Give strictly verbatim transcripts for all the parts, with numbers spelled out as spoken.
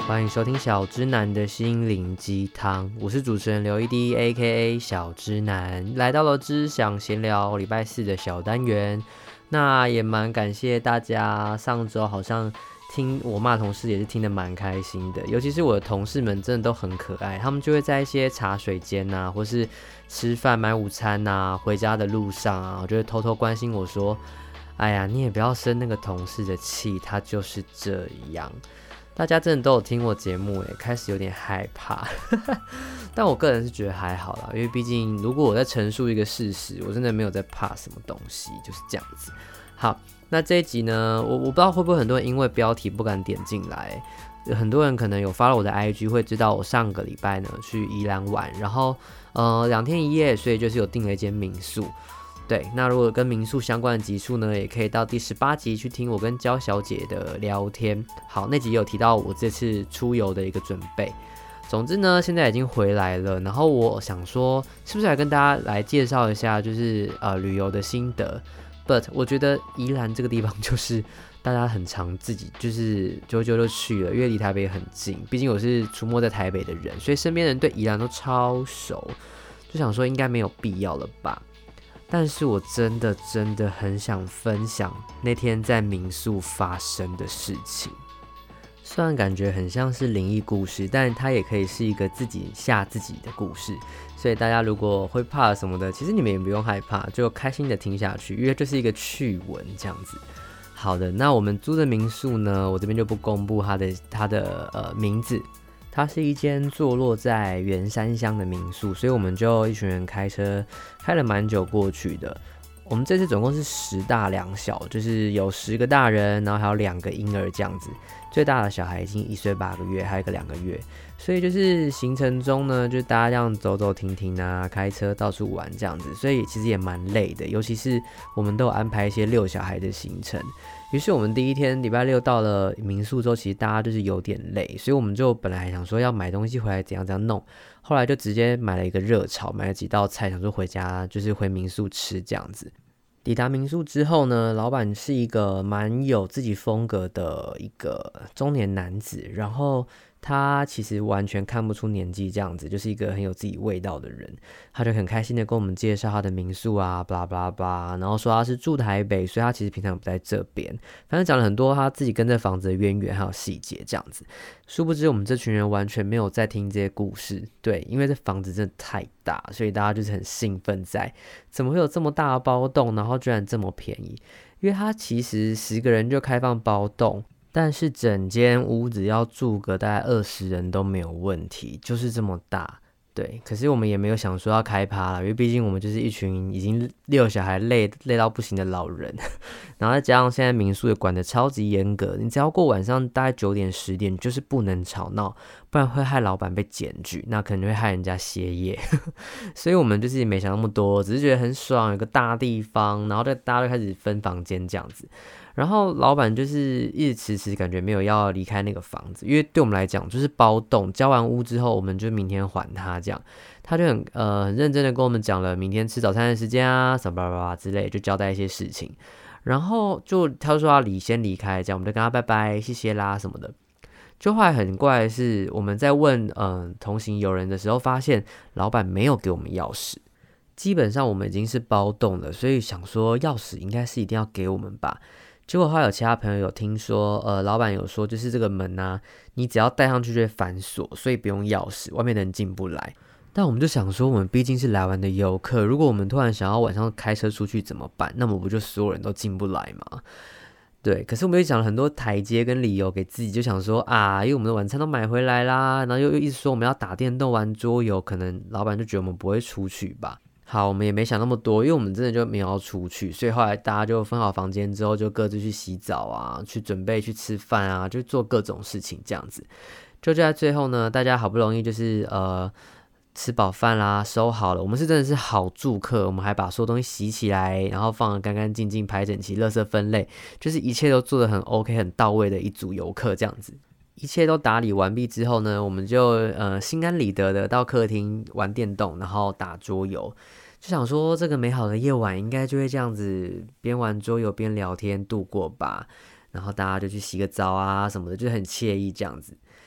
欢迎收听小之男的心灵鸡汤，我是主持人刘一滴 A K A 小之男，来到了知想闲聊礼拜四的小单元。那也蛮感谢大家，上周好像听我骂同事也是听得蛮开心的，尤其是我的同事们真的都很可爱，他们就会在一些茶水间啊，或是吃饭买午餐啊，回家的路上啊，我就会偷偷关心我说，哎呀，你也不要生那个同事的气，他就是这样。大家真的都有听我节目耶，开始有点害怕但我个人是觉得还好啦，因为毕竟如果我在陈述一个事实，我真的没有在怕什么东西，就是这样子。好，那这一集呢，我我不知道会不会很多人因为标题不敢点进来，很多人可能有 follow 我的 I G 会知道我上个礼拜呢去宜兰玩，然后呃两天一夜，所以就是有订了一间民宿。对，那如果跟民宿相关的集数呢，也可以到第十八集去听我跟焦小姐的聊天。好，那集有提到我这次出游的一个准备。总之呢，现在已经回来了，然后我想说，是不是来跟大家来介绍一下，就是呃旅游的心得。But 我觉得宜兰这个地方就是大家很常自己就是久久就去了，因为离台北很近，毕竟我是出没在台北的人，所以身边人对宜兰都超熟，就想说应该没有必要了吧。但是我真的真的很想分享那天在民宿发生的事情，虽然感觉很像是灵异故事，但它也可以是一个自己吓自己的故事，所以大家如果会怕什么的，其实你们也不用害怕，就开心的听下去，因为就是一个趣闻这样子。好的，那我们租的民宿呢，我这边就不公布它的它的呃名字。它是一间坐落在员山乡的民宿，所以我们就一群人开车开了蛮久过去的。我们这次总共是十大两小，就是有十个大人，然后还有两个婴儿这样子。最大的小孩已经一岁八个月，还有一个两个月。所以就是行程中呢，就大家这样走走停停啊，开车到处玩这样子，所以其实也蛮累的。尤其是我们都有安排一些遛小孩的行程。于是我们第一天礼拜六到了民宿之后，其实大家就是有点累，所以我们就本来想说要买东西回来怎样怎样弄，后来就直接买了一个热炒，买了几道菜，想说回家就是回民宿吃这样子。抵达民宿之后呢，老板是一个蛮有自己风格的一个中年男子，然后他其实完全看不出年纪这样子，就是一个很有自己味道的人。他就很开心的跟我们介绍他的民宿啊，巴拉巴拉巴拉，然后说他是住台北，所以他其实平常不在这边。反正讲了很多他自己跟这房子的渊源还有细节这样子。殊不知我们这群人完全没有在听这些故事，对，因为这房子真的太大，所以大家就是很兴奋在怎么会有这么大的包栋，然后居然这么便宜。因为他其实十个人就开放包栋，但是整间屋子要住个大概二十人都没有问题，就是这么大。对，可是我们也没有想说要开趴啦，因为毕竟我们就是一群已经遛小孩累累到不行的老人，然后再加上现在民宿也管得超级严格，你只要过晚上大概九点十点就是不能吵闹，不然会害老板被检举，那可能会害人家歇业所以我们就是也没想那么多，只是觉得很爽，有个大地方，然后大家就开始分房间这样子。然后老板就是一直迟迟感觉没有要离开那个房子，因为对我们来讲就是包栋，交完屋之后我们就明天还他这样。他就很呃很认真的跟我们讲了明天吃早餐的时间啊，什么巴拉巴拉之类，就交代一些事情。然后就他就说要离先离开，这样我们就跟他拜拜，谢谢啦什么的。就后来很怪的是，我们在问嗯、呃、同行友人的时候，发现老板没有给我们钥匙。基本上我们已经是包栋了，所以想说钥匙应该是一定要给我们吧。结果后来有其他朋友有听说，呃，老板有说，就是这个门啊，你只要带上去就会反锁，所以不用钥匙，外面的人进不来。但我们就想说，我们毕竟是来玩的游客，如果我们突然想要晚上开车出去怎么办？那么不就所有人都进不来吗？对，可是我们又讲了很多台阶跟理由给自己，就想说啊，因为我们的晚餐都买回来啦，然后又又一直说我们要打电动玩桌游，可能老板就觉得我们不会出去吧。好，我们也没想那么多，因为我们真的就没有要出去，所以后来大家就分好房间之后，就各自去洗澡啊，去准备去吃饭啊，就做各种事情这样子。就在最后呢，大家好不容易就是呃吃饱饭啦，收好了。我们是真的是好住客，我们还把所有东西洗起来，然后放得干干净净，排整齐，垃圾分类，就是一切都做得很 OK 很到位的一组游客这样子。一切都打理完毕之后呢，我们就呃心安理得的到客厅玩电动，然后打桌游。就想说这个美好的夜晚应该就会这样子边玩桌游边聊天度过吧，然后大家就去洗个澡啊什么的，就很惬意这样子。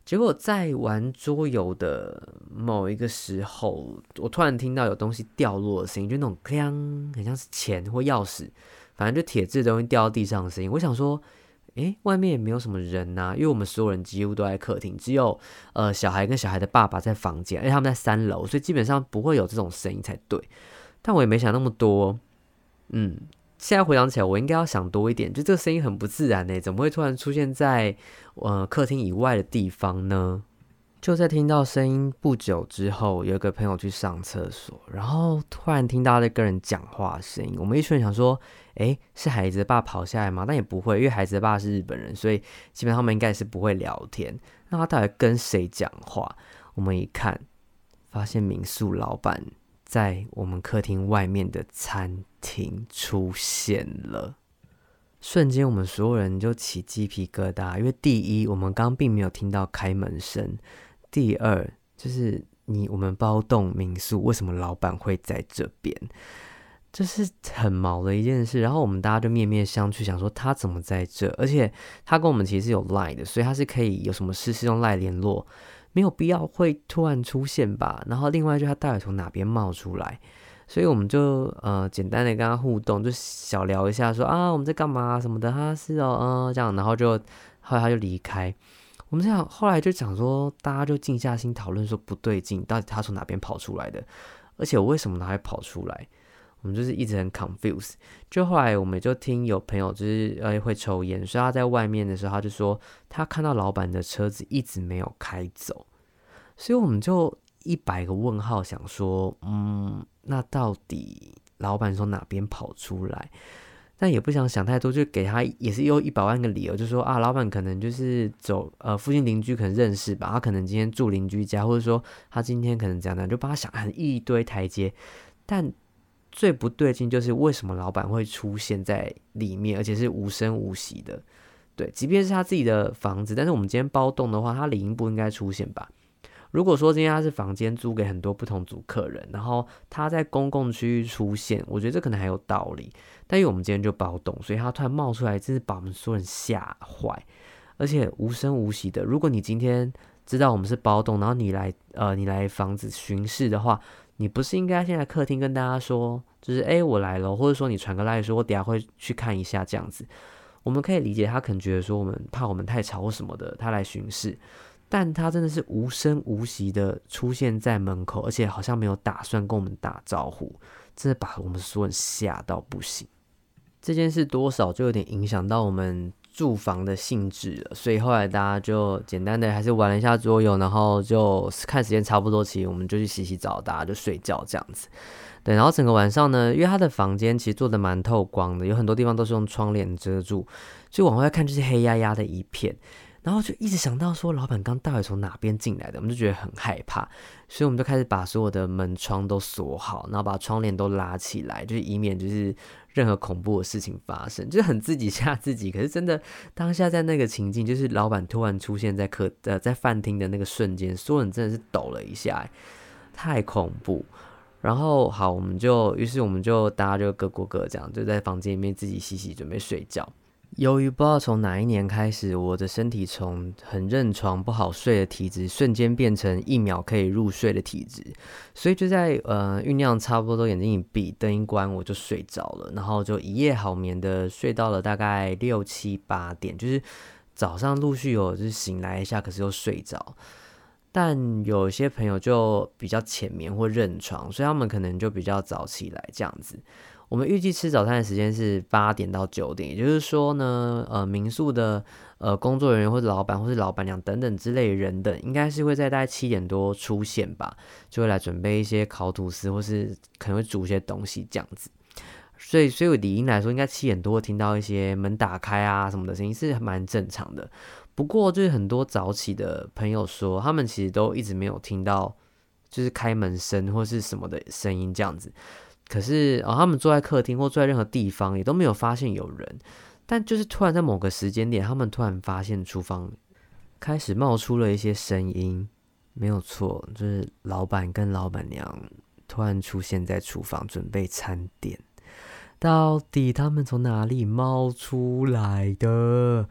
结果在玩桌游的某一个时候，我突然听到有东西掉落的声音，就那种锵，很像是钱或钥匙，反正就铁质的东西掉到地上的声音。我想说，诶，外面也没有什么人啊，因为我们所有人几乎都在客厅，只有呃小孩跟小孩的爸爸在房间，而且他们在三楼，所以基本上不会有这种声音才对。但我也没想那么多，嗯。现在回想起来，我应该要想多一点，就这个声音很不自然欸，怎么会突然出现在呃客厅以外的地方呢？就在听到声音不久之后，有一个朋友去上厕所，然后突然听到那个人讲话的声音，我们一群人想说，诶，是孩子的爸跑下来吗？但也不会，因为孩子的爸是日本人，所以基本上他们应该是不会聊天。那他到底跟谁讲话？我们一看，发现民宿老板在我们客厅外面的餐厅出现了，瞬间我们所有人就起鸡皮疙瘩，因为第一，我们刚刚并没有听到开门声；第二，就是你我们包栋民宿，为什么老板会在这边？这是很毛的一件事。然后我们大家就面面相觑，想说他怎么在这？而且他跟我们其实是有 line 的，所以他是可以有什么事是用 line 联络。没有必要会突然出现吧，然后另外就他到底从哪边冒出来，所以我们就呃简单的跟他互动，就小聊一下说啊我们在干嘛什么的，他是哦嗯、呃、这样，然后就后来他就离开。我们这样后来就讲说，大家就静下心讨论说不对劲，到底他从哪边跑出来的，而且为什么他会跑出来？我们就是一直很 confused。就后来我们就听有朋友就是呃会抽烟，所以他在外面的时候，他就说他看到老板的车子一直没有开走，所以我们就一百个问号，想说，嗯，那到底老板从哪边跑出来？但也不想想太多，就给他也是用一百万个理由，就说啊，老板可能就是走呃附近邻居可能认识吧，他可能今天住邻居家，或者说他今天可能这样的，就帮他想很一堆台阶，但。最不对劲就是为什么老板会出现在里面，而且是无声无息的。对，即便是他自己的房子，但是我们今天包栋的话，他理应不应该出现吧？如果说今天他是房间租给很多不同组客人，然后他在公共区域出现，我觉得这可能还有道理。但因为我们今天就包栋，所以他突然冒出来，真是把我们所有人吓坏，而且无声无息的。如果你今天知道我们是包栋，然后你来呃你来房子巡视的话，你不是应该先在客厅跟大家说，就是哎、欸、我来了，或者说你传个赖说，我等一下会去看一下这样子。我们可以理解他可能觉得说我们怕我们太吵或什么的，他来巡视，但他真的是无声无息的出现在门口，而且好像没有打算跟我们打招呼，真的把我们所有人吓到不行。这件事多少就有点影响到我们住房的性质了，所以后来大家就简单的还是玩了一下桌游，然后就看时间差不多，其实我们就去洗洗澡，大家就睡觉这样子。对，然后整个晚上呢，因为他的房间其实做的蛮透光的，有很多地方都是用窗帘遮住，所以往外看就是黑压压的一片。然后就一直想到说，老板刚到底从哪边进来的，我们就觉得很害怕，所以我们就开始把所有的门窗都锁好，然后把窗帘都拉起来，就是以免就是任何恐怖的事情发生，就是很自己吓自己。可是真的当下在那个情境，就是老板突然出现在客呃在饭厅的那个瞬间，所有人真的是抖了一下，太恐怖。然后好，我们就于是我们就大家就各过各这样，就在房间里面自己洗洗准备睡觉。由于不知道从哪一年开始，我的身体从很认床不好睡的体质，瞬间变成一秒可以入睡的体质，所以就在呃酝酿差不多眼睛一闭，灯一关，我就睡着了，然后就一夜好眠的睡到了大概六七八点，就是早上陆续有就是醒来一下，可是又睡着。但有些朋友就比较浅眠或认床，所以他们可能就比较早起来这样子。我们预计吃早餐的时间是八点到九点，也就是说呢，呃，民宿的呃工作人员或者老板或是老板娘等等之类的人等，应该是会在大概七点多出现吧，就会来准备一些烤吐司或是可能会煮一些东西这样子。所以，所以理应来说，应该七点多会听到一些门打开啊什么的声音，是蛮正常的。不过，就是很多早起的朋友说，他们其实都一直没有听到就是开门声或是什么的声音这样子。可是、哦、他们坐在客厅或坐在任何地方，也都没有发现有人。但就是突然在某个时间点，他们突然发现厨房开始冒出了一些声音。没有错，就是老板跟老板娘突然出现在厨房准备餐点。到底他们从哪里冒出来的？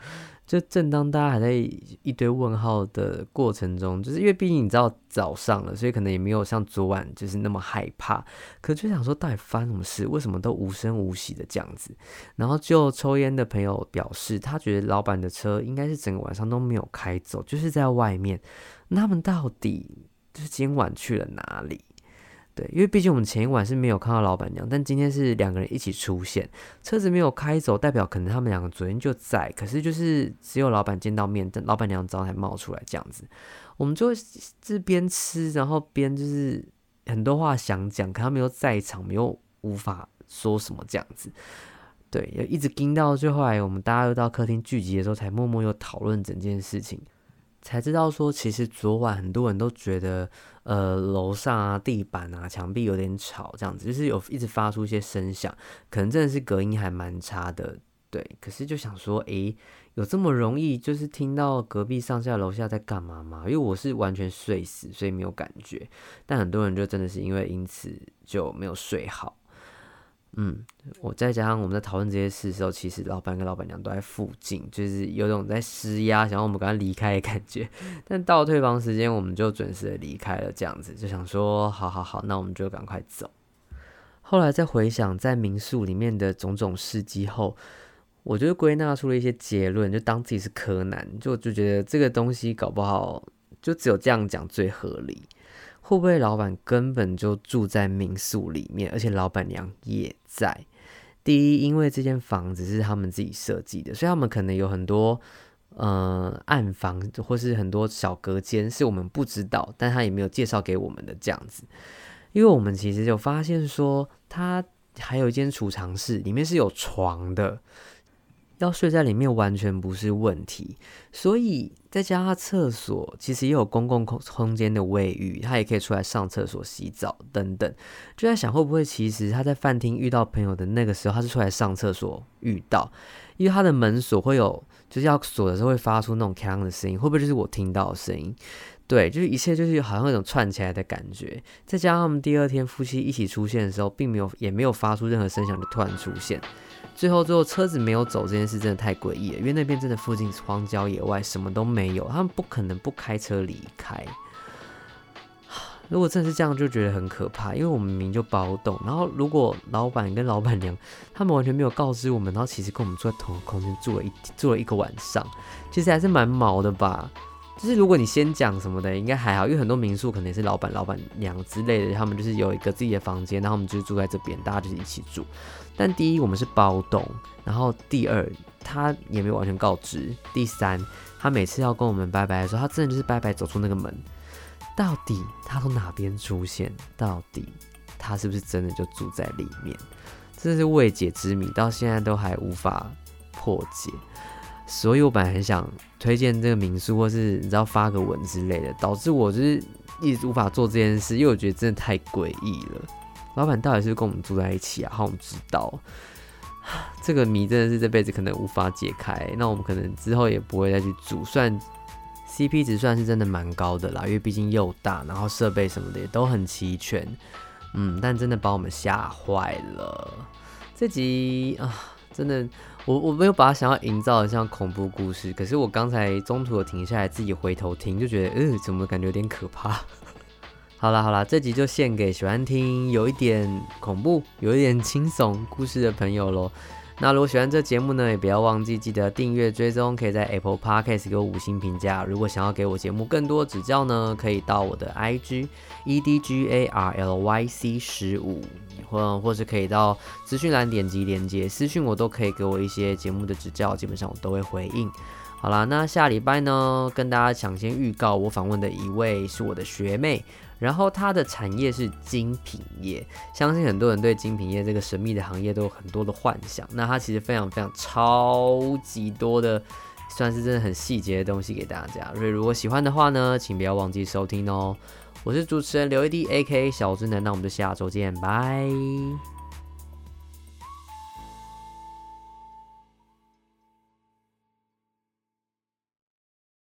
就正当大家还在一堆问号的过程中，就是因为毕竟你知道早上了，所以可能也没有像昨晚就是那么害怕，可就想说到底发生什么事，为什么都无声无息的这样子。然后就抽烟的朋友表示，他觉得老板的车应该是整个晚上都没有开走，就是在外面。那他们到底就是今晚去了哪里？对，因为毕竟我们前一晚是没有看到老板娘，但今天是两个人一起出现，车子没有开走，代表可能他们两个昨天就在，可是就是只有老板见到面，但老板娘早上才冒出来这样子。我们就是边吃，然后边就是很多话想讲，可他们又在场，我们又无法说什么这样子。对，一直盯到最后来，我们大家又到客厅聚集的时候，才默默又讨论整件事情。才知道说，其实昨晚很多人都觉得，呃，楼上啊、地板啊、墙壁有点吵，这样子，就是有一直发出一些声响，可能真的是隔音还蛮差的，对。可是就想说，诶，有这么容易就是听到隔壁上下楼下在干嘛吗？因为我是完全睡死，所以没有感觉，但很多人就真的是因为因此就没有睡好。嗯，我再加上我们在讨论这些事的时候，其实老板跟老板娘都在附近，就是有种在施压，想要我们赶快离开的感觉。但到退房时间，我们就准时的离开了，这样子就想说，好好好，那我们就赶快走。后来再回想在民宿里面的种种事迹后，我就归纳出了一些结论，就当自己是柯南，就就觉得这个东西搞不好就只有这样讲最合理。会不会老板根本就住在民宿里面，而且老板娘也在？第一，因为这间房子是他们自己设计的，所以他们可能有很多呃暗房或是很多小隔间是我们不知道，但他也没有介绍给我们的这样子。因为我们其实有发现说，他还有一间储藏室，里面是有床的。要睡在里面完全不是问题，所以再加上厕所其实也有公共空间的卫浴，他也可以出来上厕所、洗澡等等。就在想会不会其实他在饭厅遇到朋友的那个时候，他是出来上厕所遇到，因为他的门锁会有，就是要锁的时候会发出那种鏘的声音，会不会就是我听到的声音？对，就是一切就是好像有一种串起来的感觉。再加上他们第二天夫妻一起出现的时候，并没有也没有发出任何声响，就突然出现。最后，最后车子没有走这件事真的太诡异了，因为那边真的附近荒郊野外，什么都没有，他们不可能不开车离开。如果真的是这样，就觉得很可怕，因为我们明明就包栋，然后如果老板跟老板娘他们完全没有告知我们，然后其实跟我们住在同一个空间住了一住了一个晚上，其实还是蛮毛的吧。就是如果你先讲什么的，应该还好，因为很多民宿可能也是老板、老板娘之类的，他们就是有一个自己的房间，然后我们就是住在这边，大家就是一起住。但第一，我们是包栋，然后第二，他也没有完全告知。第三，他每次要跟我们拜拜的时候，他真的就是拜拜走出那个门。到底他从哪边出现？到底他是不是真的就住在里面？真的是未解之谜，到现在都还无法破解。所以我本来很想推荐这个民宿，或是你知道发个文之类的，导致我就是一直无法做这件事，因为我觉得真的太诡异了。老板到底是不是跟我们住在一起啊？好想知道，这个谜真的是这辈子可能无法解开。那我们可能之后也不会再去住，虽然 C P 值算是真的蛮高的啦，因为毕竟又大，然后设备什么的也都很齐全，嗯，但真的把我们吓坏了。这集啊，真的。我我没有把它想要营造的像恐怖故事，可是我刚才中途有停下来自己回头听，就觉得呃怎么感觉有点可怕。好啦好啦，这集就献给喜欢听有一点恐怖、有一点惊悚故事的朋友咯。那如果喜欢这节目呢，也不要忘记记得订阅追踪，可以在 Apple Podcast 给我五星评价。如果想要给我节目更多指教呢，可以到我的 I G E D G A R L Y C 十五，或或是可以到资讯栏点击连结私讯我，都可以给我一些节目的指教，基本上我都会回应。好啦，那下礼拜呢，跟大家抢先预告，我访问的一位是我的学妹，然后她的产业是精品业，相信很多人对精品业这个神秘的行业都有很多的幻想。那她其实非常非常超级多的，算是真的很细节的东西给大家。所以如果喜欢的话呢，请不要忘记收听哦。我是主持人刘一滴 A K A 小之男，那我们就下周见，拜。